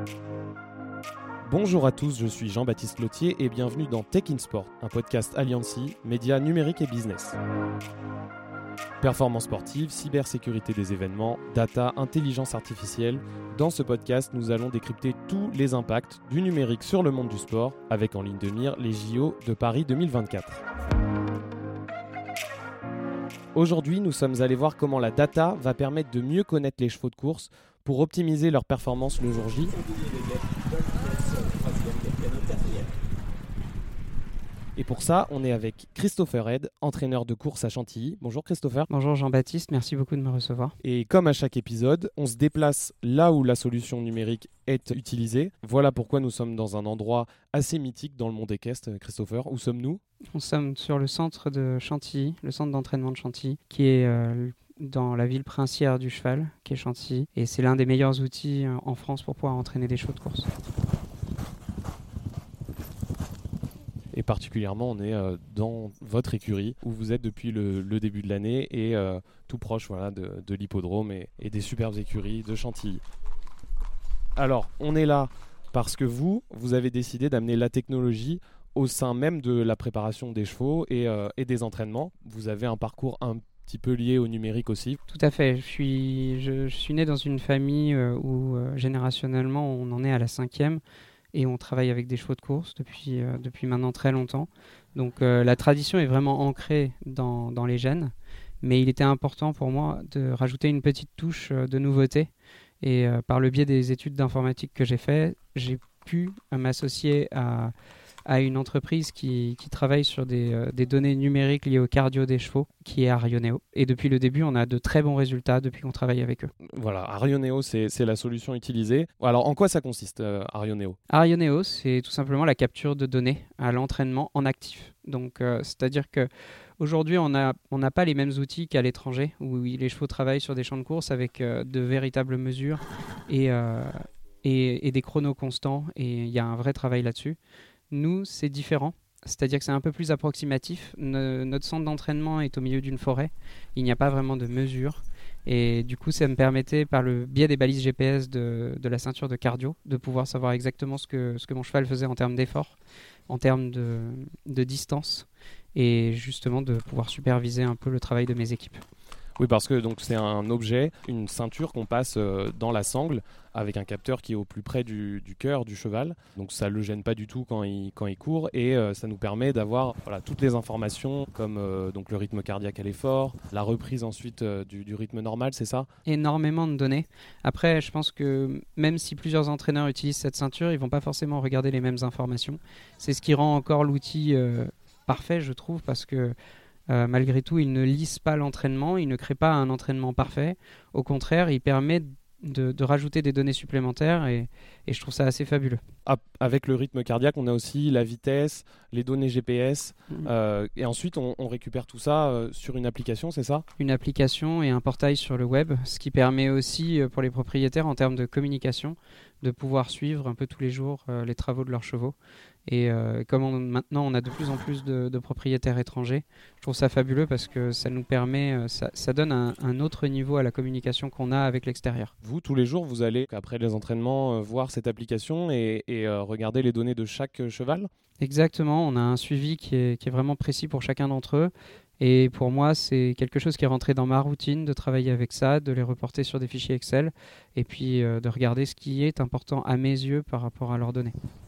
Bonjour à tous, je suis Jean-Baptiste Lotier et bienvenue dans Tech in Sport, un podcast Alliancy, médias numériques et business. Performance sportive, cybersécurité des événements, data, intelligence artificielle. Dans ce podcast, nous allons décrypter tous les impacts du numérique sur le monde du sport, avec en ligne de mire les JO de Paris 2024. Aujourd'hui, nous sommes allés voir comment la data va permettre de mieux connaître les chevaux de course pour optimiser leur performance le jour J. Et pour ça, on est avec Christopher Head, entraîneur de course à Chantilly. Bonjour Christopher. Bonjour Jean-Baptiste, merci beaucoup de me recevoir. Et comme à chaque épisode, on se déplace là où la solution numérique est utilisée. Voilà pourquoi nous sommes dans un endroit assez mythique dans le monde équestre. Christopher, où sommes-nous ? Nous sommes sur le centre de Chantilly, le centre d'entraînement de Chantilly, qui est dans la ville princière du cheval, qui est Chantilly. Et c'est l'un des meilleurs outils en France pour pouvoir entraîner des chevaux de course. Et particulièrement, on est dans votre écurie où vous êtes depuis le début de l'année et tout proche de l'hippodrome et des superbes écuries de Chantilly. Alors, on est là parce que vous avez décidé d'amener la technologie au sein même de la préparation des chevaux et des entraînements. Vous avez un parcours un petit peu lié au numérique aussi. Tout à fait. Je suis né dans une famille où générationnellement, on en est à la 5e. Et on travaille avec des chevaux de course depuis maintenant très longtemps. Donc la tradition est vraiment ancrée dans les gènes, mais il était important pour moi de rajouter une petite touche de nouveauté. Et par le biais des études d'informatique que j'ai fait, j'ai pu m'associer à une entreprise qui travaille sur des données numériques liées au cardio des chevaux, qui est Arioneo. Et depuis le début, on a de très bons résultats depuis qu'on travaille avec eux. Voilà, Arioneo, c'est la solution utilisée. Alors, en quoi ça consiste, Arioneo ? Arioneo, c'est tout simplement la capture de données à l'entraînement en actif. Donc, c'est-à-dire qu'aujourd'hui, on n'a pas les mêmes outils qu'à l'étranger, où les chevaux travaillent sur des champs de course avec de véritables mesures et des chronos constants. Et il y a un vrai travail là-dessus. Nous, c'est différent, c'est-à-dire que c'est un peu plus approximatif. Notre centre d'entraînement est au milieu d'une forêt, il n'y a pas vraiment de mesure. Et du coup, ça me permettait, par le biais des balises GPS de la ceinture de cardio, de pouvoir savoir exactement ce que mon cheval faisait en termes d'effort, en termes de distance, et justement de pouvoir superviser un peu le travail de mes équipes. Oui, parce que donc, c'est un objet, une ceinture qu'on passe dans la sangle avec un capteur qui est au plus près du cœur du cheval. Donc ça ne le gêne pas du tout quand il court et ça nous permet d'avoir toutes les informations comme donc le rythme cardiaque à l'effort, la reprise ensuite du rythme normal, c'est ça ? Énormément de données. Après, je pense que même si plusieurs entraîneurs utilisent cette ceinture, ils ne vont pas forcément regarder les mêmes informations. C'est ce qui rend encore l'outil parfait, je trouve, parce que malgré tout, il ne lisse pas l'entraînement, il ne crée pas un entraînement parfait. Au contraire, il permet de rajouter des données supplémentaires et je trouve ça assez fabuleux. Avec le rythme cardiaque, on a aussi la vitesse, les données GPS et ensuite on récupère tout ça sur une application, c'est ça ? Une application et un portail sur le web, ce qui permet aussi pour les propriétaires en termes de communication de pouvoir suivre un peu tous les jours les travaux de leurs chevaux. Et comme maintenant on a de plus en plus de propriétaires étrangers, je trouve ça fabuleux parce que ça nous permet, ça donne un autre niveau à la communication qu'on a avec l'extérieur. Vous, tous les jours, vous allez, après les entraînements, voir cette application et regarder les données de chaque cheval ? Exactement, on a un suivi qui est vraiment précis pour chacun d'entre eux. Et pour moi, c'est quelque chose qui est rentré dans ma routine de travailler avec ça, de les reporter sur des fichiers Excel et puis de regarder ce qui est important à mes yeux par rapport à leurs données.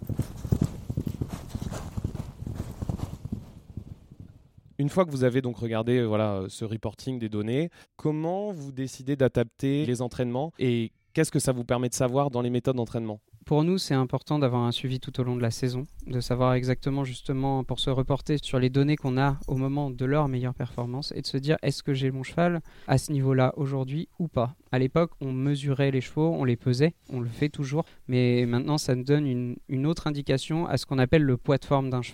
Une fois que vous avez donc regardé ce reporting des données, comment vous décidez d'adapter les entraînements et qu'est-ce que ça vous permet de savoir dans les méthodes d'entraînement ? Pour nous, c'est important d'avoir un suivi tout au long de la saison, de savoir exactement justement pour se reporter sur les données qu'on a au moment de leur meilleure performance et de se dire est-ce que j'ai mon cheval à ce niveau-là aujourd'hui ou pas. À l'époque, on mesurait les chevaux, on les pesait, on le fait toujours, mais maintenant ça nous donne une autre indication à ce qu'on appelle le poids de forme d'un cheval.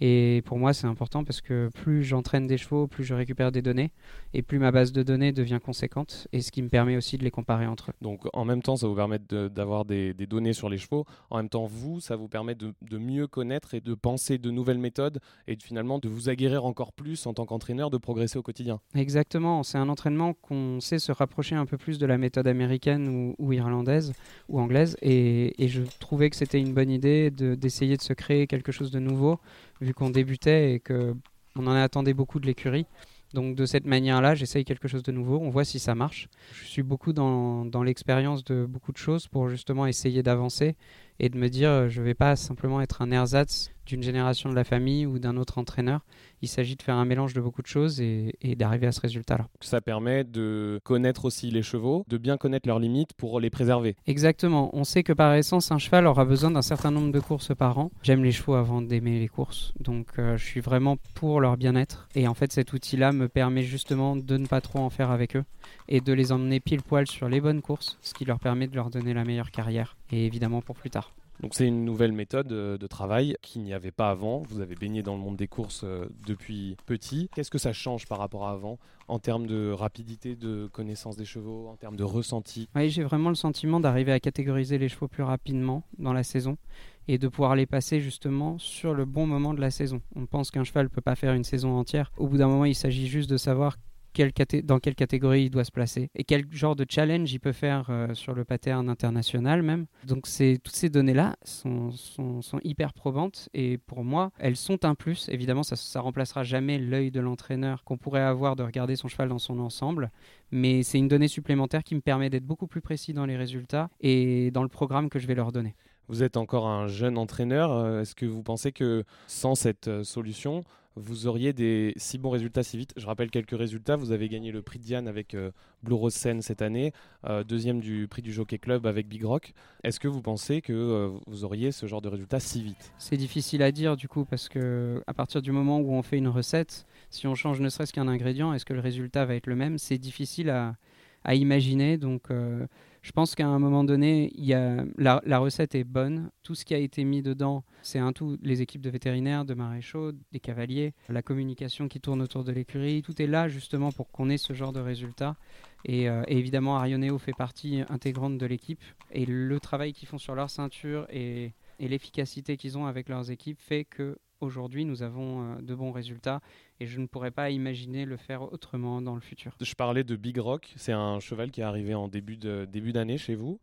Et pour moi, c'est important parce que plus j'entraîne des chevaux, plus je récupère des données et plus ma base de données devient conséquente et ce qui me permet aussi de les comparer entre eux. Donc en même temps, ça vous permet d'avoir des données sur les chevaux. En même temps, ça vous permet de mieux connaître et de penser de nouvelles méthodes et finalement de vous aguerrir encore plus en tant qu'entraîneur, de progresser au quotidien. Exactement, c'est un entraînement qu'on sait se rapprocher un peu plus de la méthode américaine ou irlandaise ou anglaise et je trouvais que c'était une bonne idée d'essayer de se créer quelque chose de nouveau vu qu'on débutait et qu'on en attendait beaucoup de l'écurie. Donc de cette manière-là, j'essaye quelque chose de nouveau, on voit si ça marche. Je suis beaucoup dans l'expérience de beaucoup de choses pour justement essayer d'avancer et de me dire je ne vais pas simplement être un ersatz d'une génération de la famille ou d'un autre entraîneur. Il s'agit de faire un mélange de beaucoup de choses et d'arriver à ce résultat-là. Ça permet de connaître aussi les chevaux, de bien connaître leurs limites pour les préserver. Exactement. On sait que par essence, un cheval aura besoin d'un certain nombre de courses par an. J'aime les chevaux avant d'aimer les courses. Donc je suis vraiment pour leur bien-être. Et en fait, cet outil-là me permet justement de ne pas trop en faire avec eux et de les emmener pile poil sur les bonnes courses, ce qui leur permet de leur donner la meilleure carrière et évidemment pour plus tard. Donc c'est une nouvelle méthode de travail qu'il n'y avait pas avant. Vous avez baigné dans le monde des courses depuis petit. Qu'est-ce que ça change par rapport à avant en termes de rapidité, de connaissance des chevaux, en termes de ressenti? Oui, j'ai vraiment le sentiment d'arriver à catégoriser les chevaux plus rapidement dans la saison et de pouvoir les passer justement sur le bon moment de la saison. On pense qu'un cheval ne peut pas faire une saison entière. Au bout d'un moment, il s'agit juste de savoir dans quelle catégorie il doit se placer et quel genre de challenge il peut faire sur le pattern international même. Donc toutes ces données-là sont hyper probantes et pour moi, elles sont un plus. Évidemment, ça remplacera jamais l'œil de l'entraîneur qu'on pourrait avoir de regarder son cheval dans son ensemble, mais c'est une donnée supplémentaire qui me permet d'être beaucoup plus précis dans les résultats et dans le programme que je vais leur donner. Vous êtes encore un jeune entraîneur. Est-ce que vous pensez que sans cette solution, vous auriez des si bons résultats si vite? Je rappelle quelques résultats. Vous avez gagné le prix de Diane avec Blue Rose Sen cette année, deuxième du prix du Jockey Club avec Big Rock. Est-ce que vous pensez que vous auriez ce genre de résultats si vite? C'est difficile à dire du coup parce que à partir du moment où on fait une recette, si on change ne serait-ce qu'un ingrédient, est-ce que le résultat va être le même? C'est difficile à imaginer. Donc je pense qu'à un moment donné, la recette est bonne. Tout ce qui a été mis dedans, c'est un tout. Les équipes de vétérinaires, de maréchaux, des cavaliers, la communication qui tourne autour de l'écurie, tout est là justement pour qu'on ait ce genre de résultat. Et évidemment, Arioneo fait partie intégrante de l'équipe. Et le travail qu'ils font sur leur ceinture et l'efficacité qu'ils ont avec leurs équipes fait que aujourd'hui, nous avons de bons résultats et je ne pourrais pas imaginer le faire autrement dans le futur. Je parlais de Big Rock, c'est un cheval qui est arrivé en début d'année chez vous,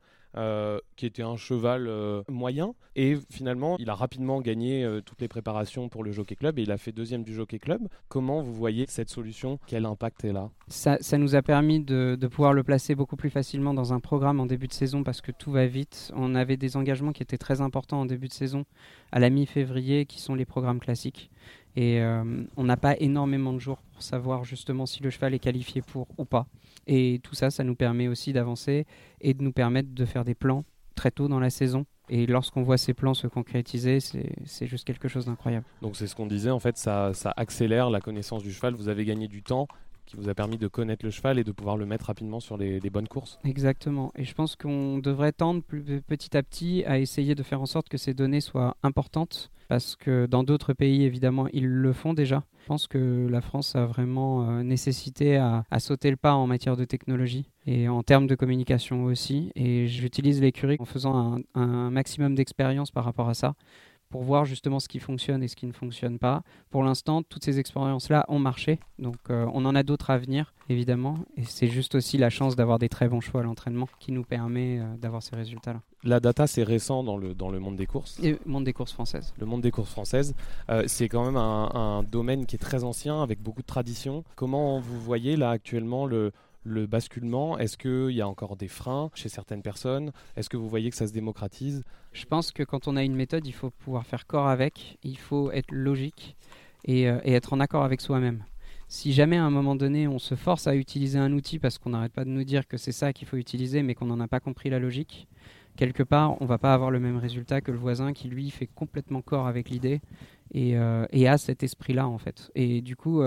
qui était un cheval moyen et finalement il a rapidement gagné toutes les préparations pour le Jockey Club et il a fait deuxième du Jockey Club. Comment vous voyez cette solution? Quel impact est là? Ça nous a permis de pouvoir le placer beaucoup plus facilement dans un programme en début de saison parce que tout va vite. On avait des engagements qui étaient très importants en début de saison à la mi-février qui sont les programmes classiques. Et on n'a pas énormément de jours pour savoir justement si le cheval est qualifié pour ou pas. Et tout ça, ça nous permet aussi d'avancer et de nous permettre de faire des plans très tôt dans la saison. Et lorsqu'on voit ces plans se concrétiser, c'est juste quelque chose d'incroyable. Donc c'est ce qu'on disait, en fait, ça accélère la connaissance du cheval. Vous avez gagné du temps qui vous a permis de connaître le cheval et de pouvoir le mettre rapidement sur les bonnes courses. Exactement. Et je pense qu'on devrait tendre petit à petit à essayer de faire en sorte que ces données soient importantes parce que dans d'autres pays, évidemment, ils le font déjà. Je pense que la France a vraiment nécessité à sauter le pas en matière de technologie et en termes de communication aussi. Et j'utilise l'écurie en faisant un maximum d'expérience par rapport à ça pour voir justement ce qui fonctionne et ce qui ne fonctionne pas. Pour l'instant, toutes ces expériences-là ont marché, donc on en a d'autres à venir, évidemment, et c'est juste aussi la chance d'avoir des très bons chevaux à l'entraînement qui nous permet d'avoir ces résultats-là. La data, c'est récent dans le monde des courses. Et le monde des courses françaises. Le monde des courses françaises, c'est quand même un domaine qui est très ancien, avec beaucoup de traditions. Comment vous voyez là actuellement le basculement? Est-ce qu'il y a encore des freins chez certaines personnes? Est-ce que vous voyez que ça se démocratise? Je pense que quand on a une méthode, il faut pouvoir faire corps avec, il faut être logique et être en accord avec soi-même. Si jamais à un moment donné, on se force à utiliser un outil parce qu'on n'arrête pas de nous dire que c'est ça qu'il faut utiliser mais qu'on n'en a pas compris la logique, quelque part, on ne va pas avoir le même résultat que le voisin qui, lui, fait complètement corps avec l'idée et a cet esprit-là, en fait. Et du coup,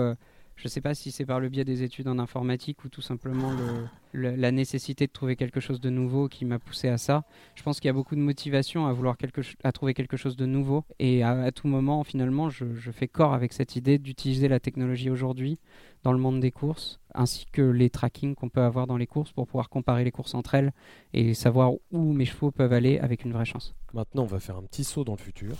Je ne sais pas si c'est par le biais des études en informatique ou tout simplement la nécessité de trouver quelque chose de nouveau qui m'a poussé à ça. Je pense qu'il y a beaucoup de motivation à vouloir à trouver quelque chose de nouveau. Et à tout moment, finalement, je fais corps avec cette idée d'utiliser la technologie aujourd'hui dans le monde des courses, ainsi que les trackings qu'on peut avoir dans les courses pour pouvoir comparer les courses entre elles et savoir où mes chevaux peuvent aller avec une vraie chance. Maintenant, on va faire un petit saut dans le futur.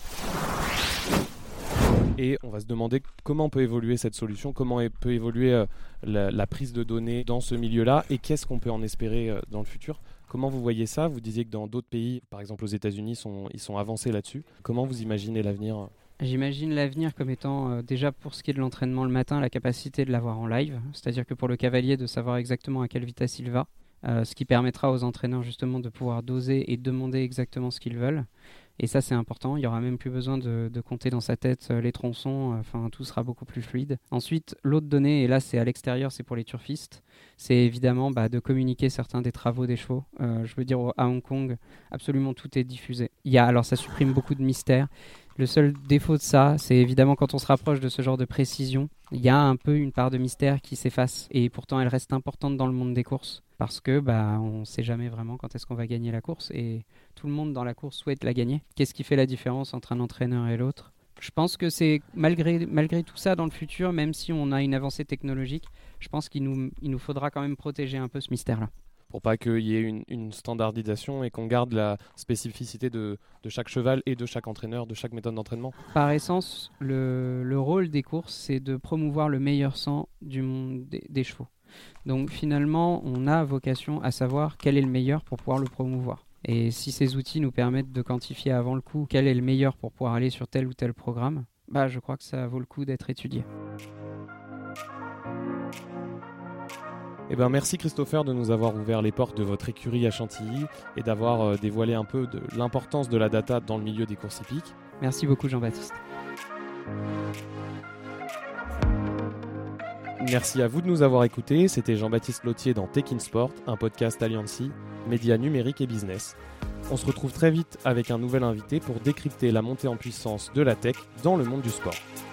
Et on va se demander comment peut évoluer cette solution, comment peut évoluer la prise de données dans ce milieu-là et qu'est-ce qu'on peut en espérer dans le futur. Comment vous voyez ça ? Vous disiez que dans d'autres pays, par exemple aux États-Unis, ils sont avancés là-dessus. Comment vous imaginez l'avenir ? J'imagine l'avenir comme étant déjà pour ce qui est de l'entraînement le matin, la capacité de l'avoir en live, c'est-à-dire que pour le cavalier de savoir exactement à quelle vitesse il va, ce qui permettra aux entraîneurs justement de pouvoir doser et demander exactement ce qu'ils veulent. Et ça, c'est important. Il n'y aura même plus besoin de compter dans sa tête les tronçons. Enfin, tout sera beaucoup plus fluide. Ensuite, l'autre donnée, et là, c'est à l'extérieur, c'est pour les turfistes. C'est évidemment de communiquer certains des travaux des chevaux. Je veux dire, à Hong Kong, absolument tout est diffusé. Alors, ça supprime beaucoup de mystères. Le seul défaut de ça, c'est évidemment quand on se rapproche de ce genre de précision, il y a un peu une part de mystère qui s'efface. Et pourtant, elle reste importante dans le monde des courses. Parce que on ne sait jamais vraiment quand est-ce qu'on va gagner la course. Et tout le monde dans la course souhaite la gagner. Qu'est-ce qui fait la différence entre un entraîneur et l'autre ? Je pense que c'est malgré tout ça dans le futur, même si on a une avancée technologique, je pense qu'il nous faudra quand même protéger un peu ce mystère-là. Pour pas qu'il y ait une standardisation et qu'on garde la spécificité de chaque cheval et de chaque entraîneur, de chaque méthode d'entraînement. Par essence, le rôle des courses, c'est de promouvoir le meilleur sang du monde des chevaux. Donc finalement, on a vocation à savoir quel est le meilleur pour pouvoir le promouvoir. Et si ces outils nous permettent de quantifier avant le coup quel est le meilleur pour pouvoir aller sur tel ou tel programme, je crois que ça vaut le coup d'être étudié. Merci Christopher de nous avoir ouvert les portes de votre écurie à Chantilly et d'avoir dévoilé un peu de l'importance de la data dans le milieu des courses hippiques. Merci beaucoup Jean-Baptiste. Merci à vous de nous avoir écoutés. C'était Jean-Baptiste Lotier dans Tech in Sport, un podcast Alliancy, médias numériques et business. On se retrouve très vite avec un nouvel invité pour décrypter la montée en puissance de la tech dans le monde du sport.